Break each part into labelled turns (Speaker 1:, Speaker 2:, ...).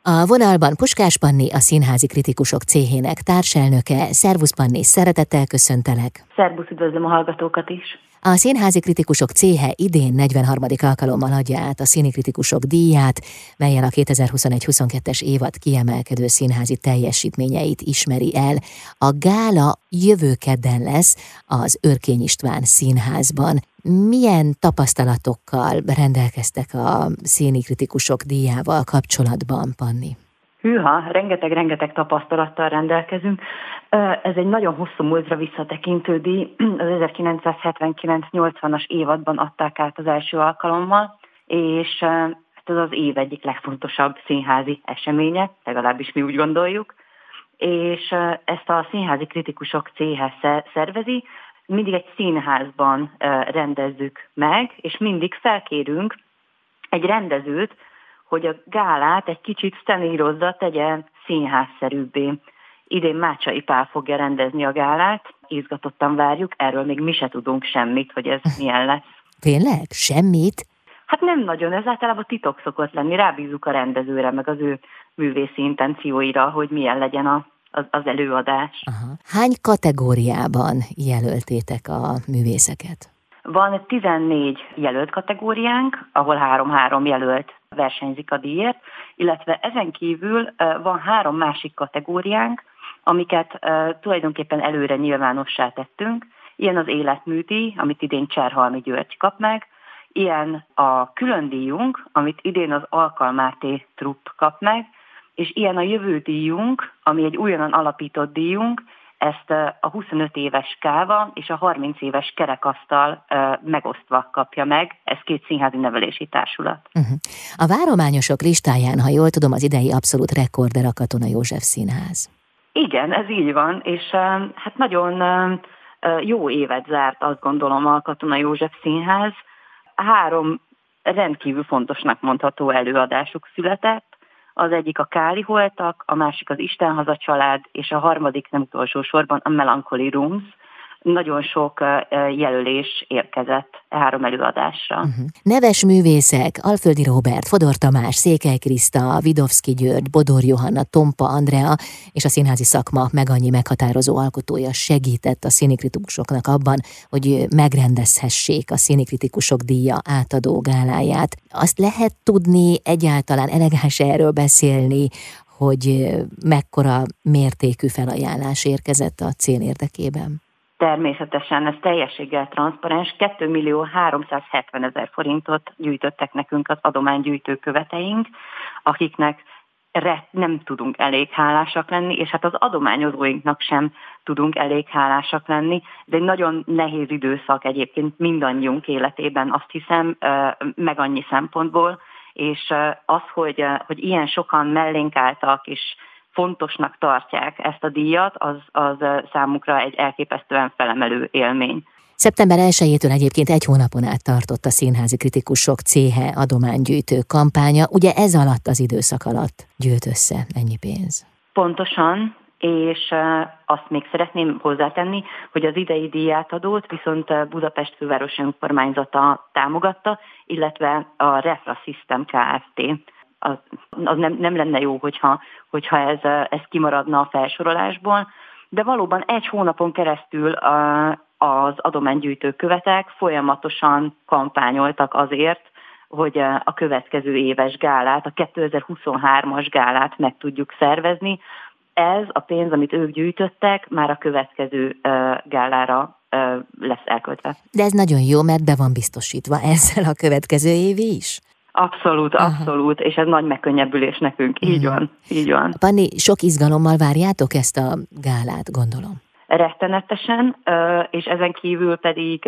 Speaker 1: A vonalban Puskás Panni, a Színházi Kritikusok Céhének társelnöke. Szervusz Panni, szeretettel köszöntelek.
Speaker 2: Szervusz, üdvözlöm a hallgatókat is.
Speaker 1: A Színházi Kritikusok Céhe idén 43. alkalommal adja át a Színi Kritikusok díját, mellyel a 2021-22-es évad kiemelkedő színházi teljesítményeit ismeri el. A gála jövő kedden lesz az Örkény István Színházban. Milyen tapasztalatokkal rendelkeztek a Színi Kritikusok díjával kapcsolatban, Panni?
Speaker 2: Hűha, rengeteg tapasztalattal rendelkezünk. Ez egy nagyon hosszú múltra visszatekintő díj. Az 1979-80-as évadban adták át az első alkalommal, és ez az év egyik legfontosabb színházi eseménye, legalábbis mi úgy gondoljuk. És ezt a Színházi Kritikusok Céhe szervezi, mindig egy színházban rendezzük meg, és mindig felkérünk egy rendezőt, hogy a gálát egy kicsit szenírozza, tegye színházszerűbbé. Idén Mácsai Pál fogja rendezni a gálát, izgatottan várjuk, erről még mi se tudunk semmit, hogy ez milyen lesz.
Speaker 1: Tényleg? Semmit?
Speaker 2: Hát nem nagyon, ez általában titok szokott lenni, rábízzuk a rendezőre, meg az ő művészi intencióira, hogy milyen legyen az előadás.
Speaker 1: Aha. Hány kategóriában jelöltétek a művészeket?
Speaker 2: Van 14 jelölt kategóriánk, ahol 3 jelölt versenyzik a díjért, illetve ezen kívül van 3 másik kategóriánk, amiket tulajdonképpen előre nyilvánossá tettünk. Ilyen az életműdíj, amit idén Cserhalmi György kap meg, ilyen a külön díjunk, amit idén az Alkalmáté Trupp kap meg, és ilyen a jövő díjunk, ami egy újonnan alapított díjunk, ezt a 25 éves káva és a 30 éves kerekasztal megosztva kapja meg, ez 2 színházi nevelési társulat.
Speaker 1: A várományosok listáján, ha jól tudom, az idei abszolút rekorder a Katona József Színház.
Speaker 2: Igen, ez így van, és hát nagyon jó évet zárt, azt gondolom, a Katona József Színház. 3 rendkívül fontosnak mondható előadásuk született. Az egyik a Káli holtak, a másik az Istenhaza család, és a harmadik nem utolsó sorban a Melancholy Rooms. Nagyon sok jelölés érkezett 3 előadásra.
Speaker 1: Neves művészek, Alföldi Róbert, Fodor Tamás, Székely Kriszta, Vidovszky György, Bodor Johanna, Tompa Andrea és a színházi szakma annyi meghatározó alkotója segített a színikritikusoknak abban, hogy megrendezhessék a Színikritikusok díja átadó gáláját. Azt lehet tudni, egyáltalán elegáns erről beszélni, hogy mekkora mértékű felajánlás érkezett a cél érdekében?
Speaker 2: Természetesen ez teljességgel transzparens. 2.370.000 forintot gyűjtöttek nekünk az adománygyűjtő követeink, akiknek nem tudunk elég hálásak lenni, és hát az adományozóinknak sem tudunk elég hálásak lenni. Ez egy nagyon nehéz időszak egyébként mindannyiunk életében, azt hiszem, meg annyi szempontból, és az, hogy ilyen sokan mellénk álltak, és fontosnak tartják ezt a díjat, az számukra egy elképesztően felemelő élmény.
Speaker 1: Szeptember 1-től egyébként 1 hónapon át tartott a Színházi Kritikusok Céhe adománygyűjtő kampánya. Ugye ez alatt az időszak alatt gyűlt össze ennyi pénz?
Speaker 2: Pontosan, és azt még szeretném hozzátenni, hogy az idei díjátadót viszont Budapest fővárosi önkormányzata támogatta, illetve a Refra System Kft. Az nem lenne jó, hogyha ez kimaradna a felsorolásból, de valóban 1 hónapon keresztül az adománygyűjtő követek folyamatosan kampányoltak azért, hogy a következő éves gálát, a 2023-as gálát meg tudjuk szervezni. Ez a pénz, amit ők gyűjtöttek, már a következő gálára lesz elköltve.
Speaker 1: De ez nagyon jó, mert be van biztosítva ezzel a következő év is.
Speaker 2: Abszolút, és ez nagy megkönnyebbülés nekünk. Így van.
Speaker 1: Panni, sok izgalommal várjátok ezt a gálát, gondolom.
Speaker 2: Rettenetesen, és ezen kívül pedig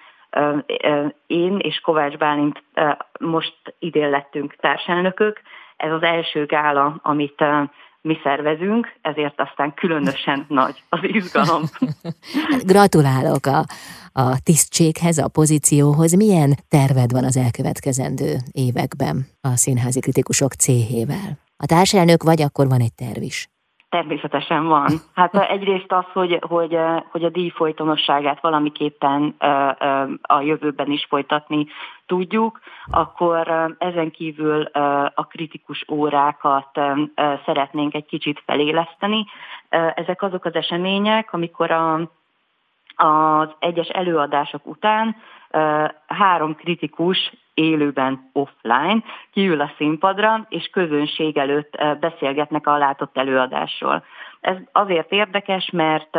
Speaker 2: én és Kovács Bálint most idén lettünk társelnökök. Ez az első gála, amit mi szervezünk, ezért aztán különösen nagy az izgalom.
Speaker 1: Gratulálok a tisztséghez, a pozícióhoz. Milyen terved van az elkövetkezendő években a Színházi Kritikusok Céhével? A társelnök vagy, akkor van egy terv is?
Speaker 2: Természetesen van. Hát egyrészt az, hogy a díj folytonosságát valamiképpen a jövőben is folytatni tudjuk, akkor ezen kívül a kritikus órákat szeretnénk egy kicsit feléleszteni. Ezek azok az események, amikor az egyes előadások után 3 kritikus élőben offline kiül a színpadra, és közönség előtt beszélgetnek a látott előadásról. Ez azért érdekes, mert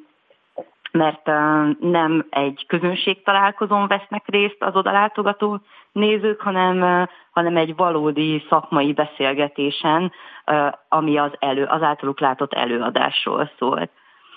Speaker 2: nem egy közönségtalálkozón vesznek részt az odalátogató nézők, hanem egy valódi szakmai beszélgetésen, ami az általuk látott előadásról szólt.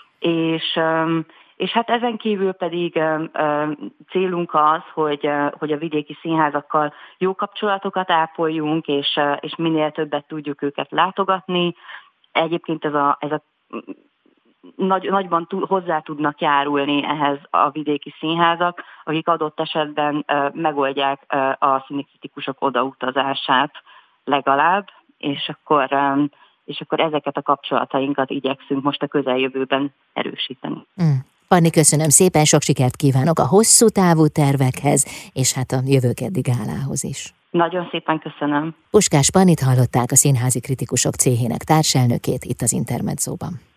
Speaker 2: És hát ezen kívül pedig célunk az, hogy a vidéki színházakkal jó kapcsolatokat ápoljunk, és minél többet tudjuk őket látogatni. Egyébként ez a nagyban hozzá tudnak járulni ehhez a vidéki színházak, akik adott esetben megoldják a színikritikusok odautazását legalább, és akkor ezeket a kapcsolatainkat igyekszünk most a közeljövőben erősíteni.
Speaker 1: Panni, köszönöm szépen, sok sikert kívánok a hosszú távú tervekhez, és hát a jövőkeddi gálához is.
Speaker 2: Nagyon szépen köszönöm.
Speaker 1: Puskás Pannit hallották, a Színházi Kritikusok Céhének társelnökét itt az Intermedzóban.